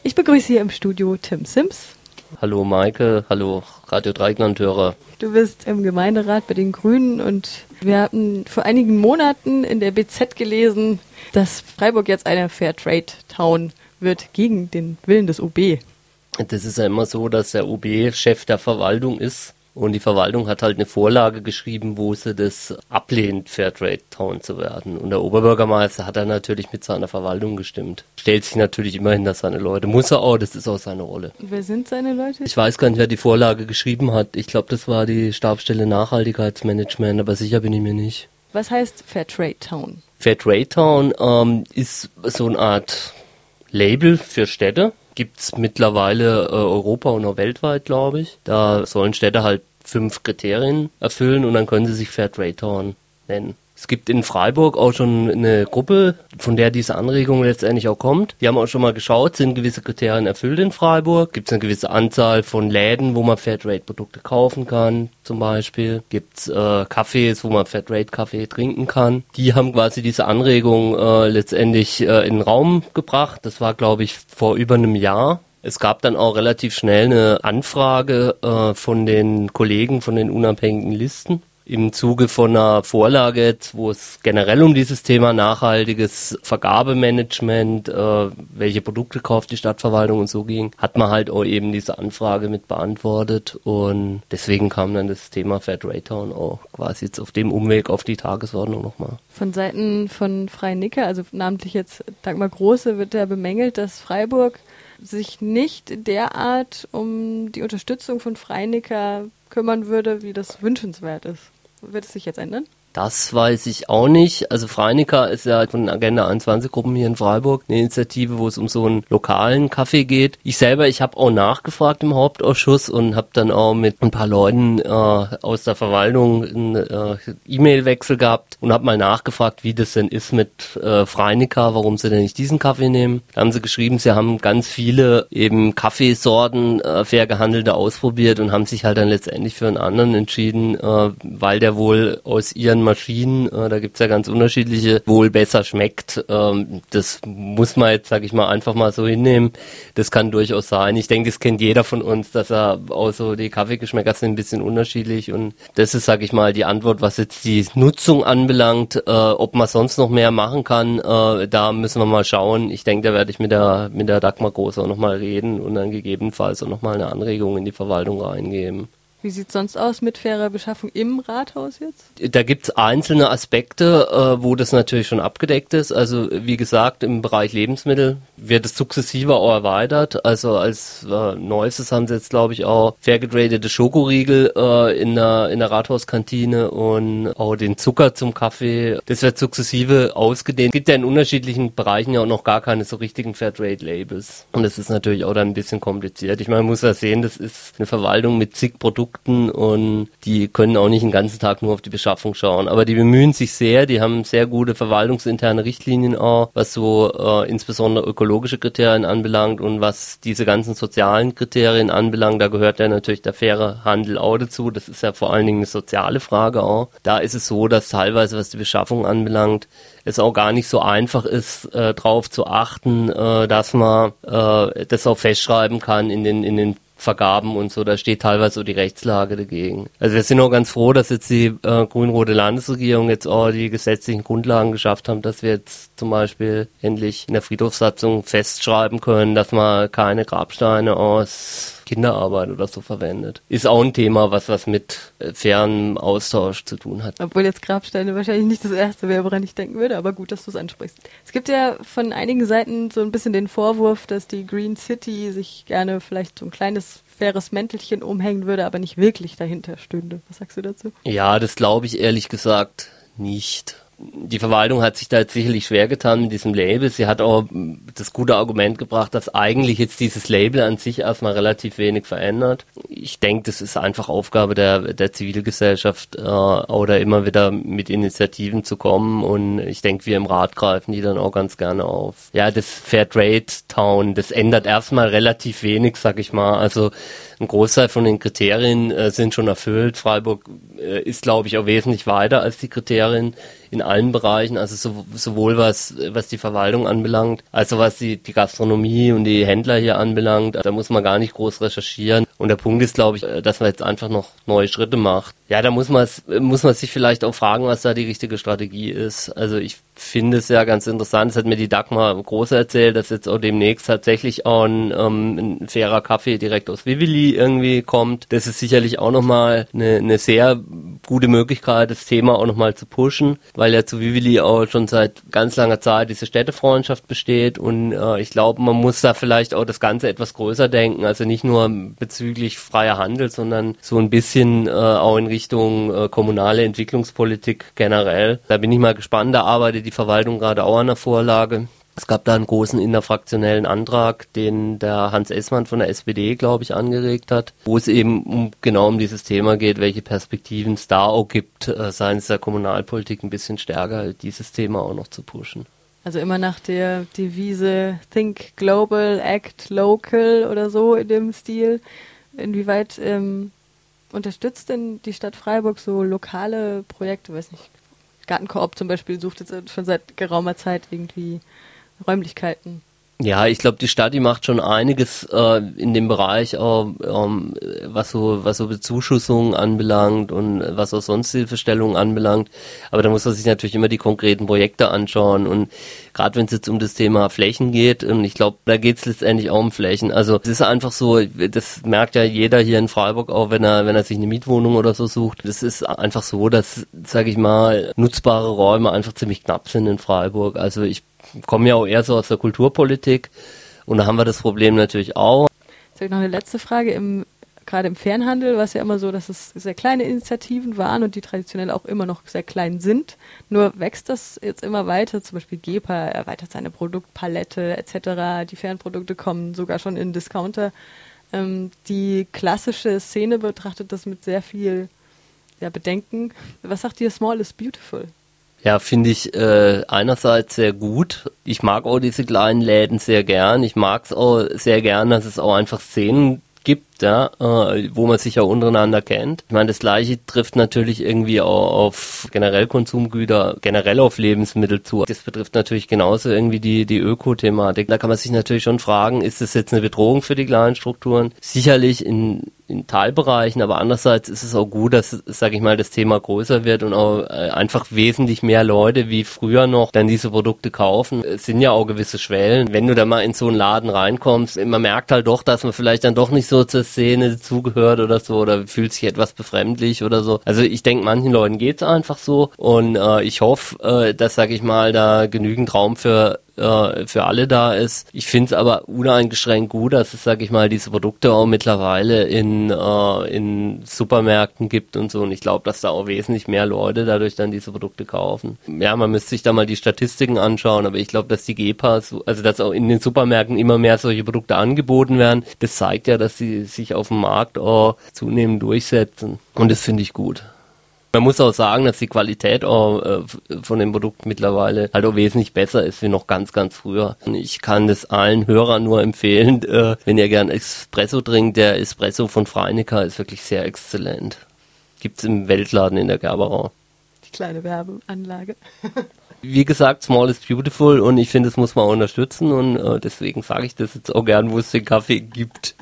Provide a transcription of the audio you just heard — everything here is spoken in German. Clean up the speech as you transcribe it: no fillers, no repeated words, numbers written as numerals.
Ich begrüße hier im Studio Tim Sims. Hallo Maike, hallo Radio Dreieckland-Hörer. Du bist im Gemeinderat bei den Grünen und wir hatten vor einigen Monaten in der BZ gelesen, dass Freiburg jetzt eine Fairtrade-Town wird gegen den Willen des OB. Das ist ja immer so, dass der OB Chef der Verwaltung ist und die Verwaltung hat halt eine Vorlage geschrieben, wo sie das ablehnt, Fairtrade-Town zu werden. Und der Oberbürgermeister hat dann natürlich mit seiner Verwaltung gestimmt. Stellt sich natürlich immer hinter seine Leute. Muss er auch, das ist auch seine Rolle. Wer sind seine Leute? Ich weiß gar nicht, wer die Vorlage geschrieben hat. Ich glaube, das war die Stabsstelle Nachhaltigkeitsmanagement, aber sicher bin ich mir nicht. Was heißt Fairtrade-Town? Fairtrade-Town ist so eine Art Label für Städte. Gibt's mittlerweile Europa und auch weltweit, glaube ich. Da sollen Städte halt 5 Kriterien erfüllen und dann können sie sich Fairtrade Town nennen. Es gibt in Freiburg auch schon eine Gruppe, von der diese Anregung letztendlich auch kommt. Die haben auch schon mal geschaut, sind gewisse Kriterien erfüllt in Freiburg. Gibt es eine gewisse Anzahl von Läden, wo man Fairtrade-Produkte kaufen kann, zum Beispiel. Gibt es Cafés, wo man Fairtrade-Kaffee trinken kann. Die haben quasi diese Anregung letztendlich in den Raum gebracht. Das war, glaube ich, vor über einem Jahr. Es gab dann auch relativ schnell eine Anfrage von den Kollegen von den unabhängigen Listen. Im Zuge von einer Vorlage jetzt, wo es generell um dieses Thema nachhaltiges Vergabemanagement, welche Produkte kauft die Stadtverwaltung und so ging, hat man halt auch eben diese Anfrage mit beantwortet und deswegen kam dann das Thema Fairtrade Town auch quasi jetzt auf dem Umweg auf die Tagesordnung nochmal. Von Seiten von Freien-Neckar, also namentlich jetzt Dagmar Große, wird ja bemängelt, dass Freiburg sich nicht derart um die Unterstützung von Freien-Neckar kümmern würde, wie das wünschenswert ist. Wird es sich jetzt ändern? Das weiß ich auch nicht. Also Freien-Neckar ist ja von den Agenda 21 Gruppen hier in Freiburg eine Initiative, wo es um so einen lokalen Kaffee geht. Ich habe auch nachgefragt im Hauptausschuss und habe dann auch mit ein paar Leuten aus der Verwaltung einen E-Mail-Wechsel gehabt und habe mal nachgefragt, wie das denn ist mit Freien-Neckar, warum sie denn nicht diesen Kaffee nehmen. Da haben sie geschrieben, sie haben ganz viele eben Kaffeesorten fair gehandelte ausprobiert und haben sich halt dann letztendlich für einen anderen entschieden, weil der wohl aus ihren Maschinen, da gibt's ja ganz unterschiedliche, wohl besser schmeckt. Das muss man jetzt, sag ich mal, einfach mal so hinnehmen. Das kann durchaus sein. Ich denke, das kennt jeder von uns, dass er auch so, die Kaffeegeschmäcker sind ein bisschen unterschiedlich und das ist, sag ich mal, die Antwort, was jetzt die Nutzung anbelangt. Ob man sonst noch mehr machen kann, da müssen wir mal schauen. Ich denke, da werde ich mit der Dagmar Groß auch nochmal reden und dann gegebenenfalls auch nochmal eine Anregung in die Verwaltung reingeben. Wie sieht es sonst aus mit fairer Beschaffung im Rathaus jetzt? Da gibt's einzelne Aspekte, wo das natürlich schon abgedeckt ist. Also wie gesagt, im Bereich Lebensmittel wird es sukzessive auch erweitert. Also als Neuestes haben sie jetzt, glaube ich, auch fair gegradete Schokoriegel in der Rathauskantine und auch den Zucker zum Kaffee. Das wird sukzessive ausgedehnt. Es gibt ja in unterschiedlichen Bereichen ja auch noch gar keine so richtigen Fairtrade-Labels. Und das ist natürlich auch dann ein bisschen kompliziert. Ich meine, man muss ja sehen, das ist eine Verwaltung mit zig Produkten und die können auch nicht den ganzen Tag nur auf die Beschaffung schauen. Aber die bemühen sich sehr, die haben sehr gute verwaltungsinterne Richtlinien auch, was so insbesondere ökologische Kriterien anbelangt und was diese ganzen sozialen Kriterien anbelangt. Da gehört ja natürlich der faire Handel auch dazu. Das ist ja vor allen Dingen eine soziale Frage auch. Da ist es so, dass teilweise, was die Beschaffung anbelangt, es auch gar nicht so einfach ist, darauf zu achten, dass man das auch festschreiben kann in den Vergaben und so, da steht teilweise so die Rechtslage dagegen. Also wir sind auch ganz froh, dass jetzt die grün-rote Landesregierung jetzt auch die gesetzlichen Grundlagen geschafft haben, dass wir jetzt zum Beispiel endlich in der Friedhofssatzung festschreiben können, dass man keine Grabsteine aus Kinderarbeit oder so verwendet. Ist auch ein Thema, was mit fairem Austausch zu tun hat. Obwohl jetzt Grabsteine wahrscheinlich nicht das Erste wäre, woran ich denken würde, aber gut, dass du es ansprichst. Es gibt ja von einigen Seiten so ein bisschen den Vorwurf, dass die Green City sich gerne vielleicht so ein kleines faires Mäntelchen umhängen würde, aber nicht wirklich dahinter stünde. Was sagst du dazu? Ja, das glaube ich ehrlich gesagt nicht. Die Verwaltung hat sich da jetzt sicherlich schwer getan mit diesem Label. Sie hat auch das gute Argument gebracht, dass eigentlich jetzt dieses Label an sich erstmal relativ wenig verändert. Ich denke, das ist einfach Aufgabe der Zivilgesellschaft, oder immer wieder mit Initiativen zu kommen. Und ich denke, wir im Rat greifen die dann auch ganz gerne auf. Ja, das Fairtrade Town, das ändert erstmal relativ wenig, sag ich mal. Also ein Großteil von den Kriterien sind schon erfüllt. Freiburg ist, glaube ich, auch wesentlich weiter als die Kriterien in allen Bereichen, also sowohl was die Verwaltung anbelangt, als auch was die Gastronomie und die Händler hier anbelangt. Da muss man gar nicht groß recherchieren. Und der Punkt ist, glaube ich, dass man jetzt einfach noch neue Schritte macht. Ja, da muss man sich vielleicht auch fragen, was da die richtige Strategie ist. Also ich finde es ja ganz interessant, das hat mir die Dagmar Große erzählt, dass jetzt auch demnächst tatsächlich auch ein fairer Kaffee direkt aus Vivili irgendwie kommt. Das ist sicherlich auch nochmal eine sehr gute Möglichkeit, das Thema auch nochmal zu pushen, weil ja zu Vivili auch schon seit ganz langer Zeit diese Städtefreundschaft besteht und ich glaube, man muss da vielleicht auch das Ganze etwas größer denken, also nicht nur bezüglich freier Handel, sondern so ein bisschen auch in Richtung kommunale Entwicklungspolitik generell. Da bin ich mal gespannt, da arbeitet die Verwaltung gerade auch an der Vorlage. Es gab da einen großen innerfraktionellen Antrag, den der Hans Essmann von der SPD, glaube ich, angeregt hat, wo es eben genau um dieses Thema geht, welche Perspektiven es da auch gibt, seitens der Kommunalpolitik ein bisschen stärker dieses Thema auch noch zu pushen. Also immer nach der Devise Think Global, Act Local oder so in dem Stil. Inwieweit unterstützt denn die Stadt Freiburg so lokale Projekte, weiß nicht, Gartenkoop zum Beispiel sucht jetzt schon seit geraumer Zeit irgendwie Räumlichkeiten. Ja, ich glaube, die Stadt, die macht schon einiges in dem Bereich, was so Bezuschussungen anbelangt und was auch sonst Hilfestellungen anbelangt. Aber da muss man sich natürlich immer die konkreten Projekte anschauen. Und gerade wenn es jetzt um das Thema Flächen geht, und ich glaube, da geht es letztendlich auch um Flächen. Also es ist einfach so, das merkt ja jeder hier in Freiburg auch, wenn er sich eine Mietwohnung oder so sucht. Das ist einfach so, dass, sage ich mal, nutzbare Räume einfach ziemlich knapp sind in Freiburg. Also ich komme ja auch eher so aus der Kulturpolitik und da haben wir das Problem natürlich auch. Jetzt habe ich noch eine letzte Frage. Gerade im Fernhandel war es ja immer so, dass es sehr kleine Initiativen waren und die traditionell auch immer noch sehr klein sind. Nur wächst das jetzt immer weiter. Zum Beispiel Gepa erweitert seine Produktpalette etc. Die Fernprodukte kommen sogar schon in Discounter. Die klassische Szene betrachtet das mit sehr viel Bedenken. Was sagt ihr, Small is Beautiful? Ja, finde ich einerseits sehr gut. Ich mag auch diese kleinen Läden sehr gern. Ich mag es auch sehr gern, dass es auch einfach Szenen gibt, ja, wo man sich ja untereinander kennt. Ich meine, das Gleiche trifft natürlich irgendwie auch auf generell Konsumgüter, generell auf Lebensmittel zu. Das betrifft natürlich genauso irgendwie die Öko-Thematik. Da kann man sich natürlich schon fragen, ist das jetzt eine Bedrohung für die kleinen Strukturen? Sicherlich in Teilbereichen, aber andererseits ist es auch gut, dass, sage ich mal, das Thema größer wird und auch einfach wesentlich mehr Leute wie früher noch dann diese Produkte kaufen. Es sind ja auch gewisse Schwellen. Wenn du da mal in so einen Laden reinkommst, man merkt halt doch, dass man vielleicht dann doch nicht so zur Szene zugehört oder so oder fühlt sich etwas befremdlich oder so. Also ich denke, manchen Leuten geht's einfach so und ich hoffe, dass, sage ich mal, da genügend Raum für alle da ist. Ich finde es aber uneingeschränkt gut, dass es, sag ich mal, diese Produkte auch mittlerweile in Supermärkten gibt und so. Und ich glaube, dass da auch wesentlich mehr Leute dadurch dann diese Produkte kaufen. Ja, man müsste sich da mal die Statistiken anschauen, aber ich glaube, dass die Gepa, also dass auch in den Supermärkten immer mehr solche Produkte angeboten werden, das zeigt ja, dass sie sich auf dem Markt auch zunehmend durchsetzen. Und das finde ich gut. Man muss auch sagen, dass die Qualität von dem Produkt mittlerweile halt auch wesentlich besser ist wie noch ganz, ganz früher. Und ich kann das allen Hörern nur empfehlen, wenn ihr gern Espresso trinkt, der Espresso von Freinecker ist wirklich sehr exzellent. Gibt's im Weltladen in der Gerberau. Die kleine Werbeanlage. Wie gesagt, Small is Beautiful und ich finde, das muss man auch unterstützen und deswegen sage ich das jetzt auch gern, wo es den Kaffee gibt.